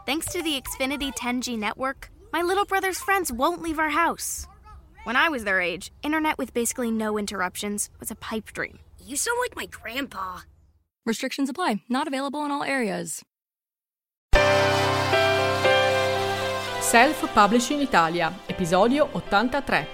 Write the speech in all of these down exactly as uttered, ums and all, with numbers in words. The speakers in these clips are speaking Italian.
Thanks to the Xfinity ten G network, my little brother's friends won't leave our house. When I was their age, internet with basically no interruptions was a pipe dream. You sound like my grandpa. Restrictions apply. Not available in all areas. Self-Publishing Italia, episodio ottantatré.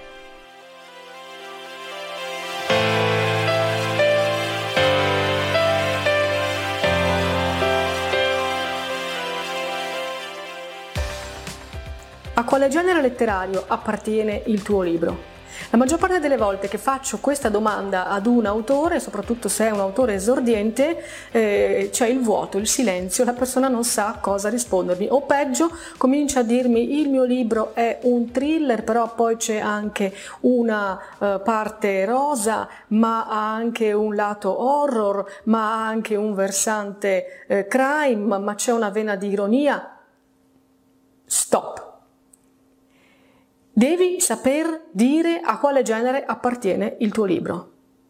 A quale genere letterario appartiene il tuo libro? La maggior parte delle volte che faccio questa domanda ad un autore, soprattutto se è un autore esordiente, eh, c'è il vuoto, il silenzio, la persona non sa cosa rispondermi, o peggio comincia a dirmi il mio libro è un thriller, però poi c'è anche una eh, parte rosa, ma ha anche un lato horror, ma ha anche un versante eh, crime, ma c'è una vena di ironia. Stop! Devi saper dire a quale genere appartiene il tuo libro.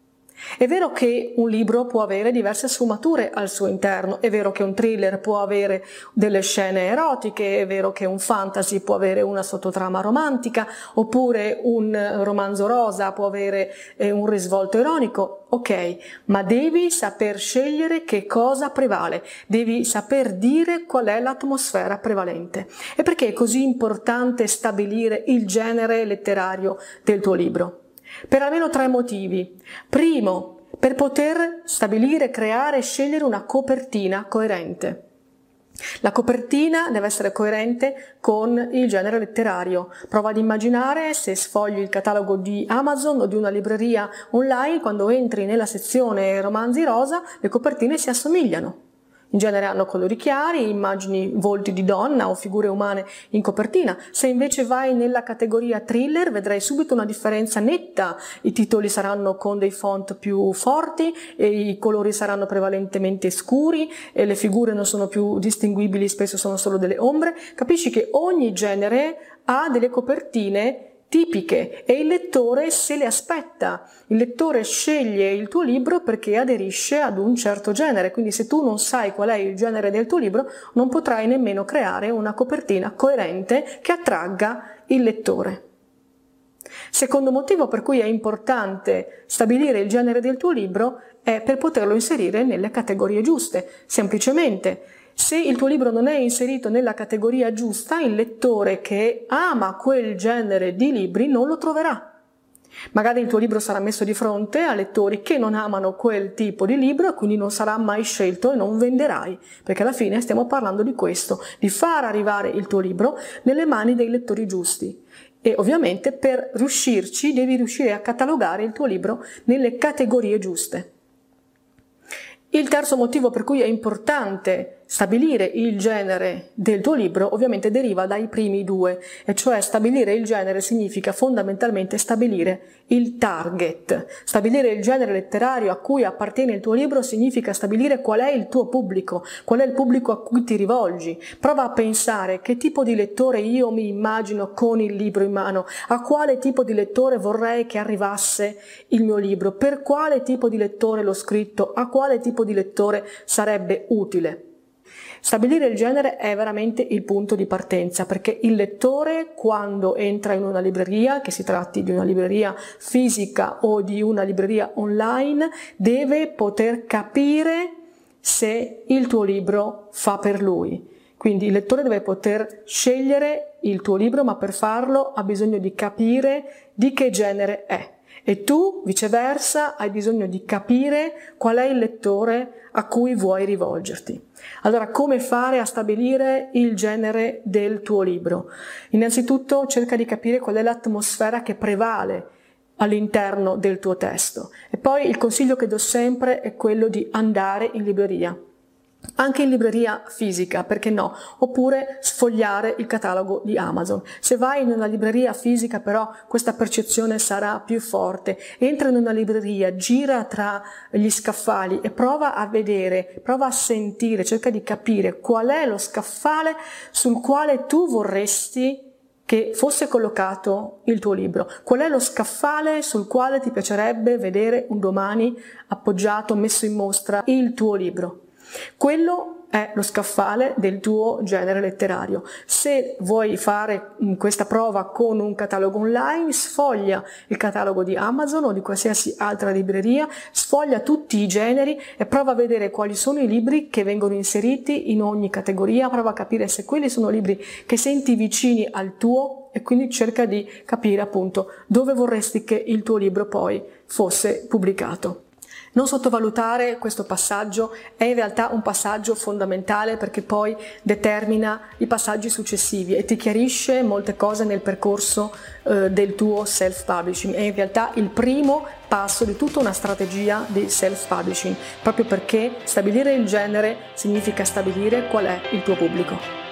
È vero che un libro può avere diverse sfumature al suo interno, è vero che un thriller può avere delle scene erotiche, è vero che un fantasy può avere una sottotrama romantica, oppure un romanzo rosa può avere eh, un risvolto ironico, ok, ma devi saper scegliere che cosa prevale, devi saper dire qual è l'atmosfera prevalente. E perché è così importante stabilire il genere letterario del tuo libro? Per almeno tre motivi. Primo, per poter stabilire, creare e scegliere una copertina coerente. La copertina deve essere coerente con il genere letterario. Prova ad immaginare se sfogli il catalogo di Amazon o di una libreria online, quando entri nella sezione romanzi rosa, le copertine si assomigliano. In genere hanno colori chiari, immagini volti di donna o figure umane in copertina. Se invece vai nella categoria thriller vedrai subito una differenza netta. I titoli saranno con dei font più forti, e i colori saranno prevalentemente scuri e le figure non sono più distinguibili, spesso sono solo delle ombre. Capisci che ogni genere ha delle copertine tipiche e il lettore se le aspetta. Il lettore sceglie il tuo libro perché aderisce ad un certo genere, quindi se tu non sai qual è il genere del tuo libro non potrai nemmeno creare una copertina coerente che attragga il lettore. Secondo motivo per cui è importante stabilire il genere del tuo libro è per poterlo inserire nelle categorie giuste. Semplicemente, se il tuo libro non è inserito nella categoria giusta, il lettore che ama quel genere di libri non lo troverà. Magari il tuo libro sarà messo di fronte a lettori che non amano quel tipo di libro e quindi non sarà mai scelto e non venderai, perché alla fine stiamo parlando di questo, di far arrivare il tuo libro nelle mani dei lettori giusti. E ovviamente per riuscirci devi riuscire a catalogare il tuo libro nelle categorie giuste. Il terzo motivo per cui è importante stabilire il genere del tuo libro ovviamente deriva dai primi due, e cioè stabilire il genere significa fondamentalmente stabilire il target. Stabilire il genere letterario a cui appartiene il tuo libro significa stabilire qual è il tuo pubblico, qual è il pubblico a cui ti rivolgi. Prova a pensare che tipo di lettore io mi immagino con il libro in mano, a quale tipo di lettore vorrei che arrivasse il mio libro, per quale tipo di lettore l'ho scritto, a quale tipo di lettore sarebbe utile. Stabilire il genere è veramente il punto di partenza, perché il lettore quando entra in una libreria, che si tratti di una libreria fisica o di una libreria online, deve poter capire se il tuo libro fa per lui. Quindi il lettore deve poter scegliere il tuo libro, ma per farlo ha bisogno di capire di che genere è. E tu, viceversa, hai bisogno di capire qual è il lettore a cui vuoi rivolgerti. Allora, come fare a stabilire il genere del tuo libro? Innanzitutto cerca di capire qual è l'atmosfera che prevale all'interno del tuo testo. E poi il consiglio che do sempre è quello di andare in libreria. Anche in libreria fisica, perché no? Oppure sfogliare il catalogo di Amazon. Se vai in una libreria fisica però questa percezione sarà più forte. Entra in una libreria, gira tra gli scaffali e prova a vedere, prova a sentire, cerca di capire qual è lo scaffale sul quale tu vorresti che fosse collocato il tuo libro. Qual è lo scaffale sul quale ti piacerebbe vedere un domani appoggiato, messo in mostra il tuo libro? Quello è lo scaffale del tuo genere letterario. Se vuoi fare questa prova con un catalogo online, sfoglia il catalogo di Amazon o di qualsiasi altra libreria, sfoglia tutti i generi e prova a vedere quali sono i libri che vengono inseriti in ogni categoria, prova a capire se quelli sono libri che senti vicini al tuo e quindi cerca di capire appunto dove vorresti che il tuo libro poi fosse pubblicato. Non sottovalutare questo passaggio, è in realtà un passaggio fondamentale perché poi determina i passaggi successivi e ti chiarisce molte cose nel percorso eh, del tuo self-publishing. È in realtà il primo passo di tutta una strategia di self-publishing, proprio perché stabilire il genere significa stabilire qual è il tuo pubblico.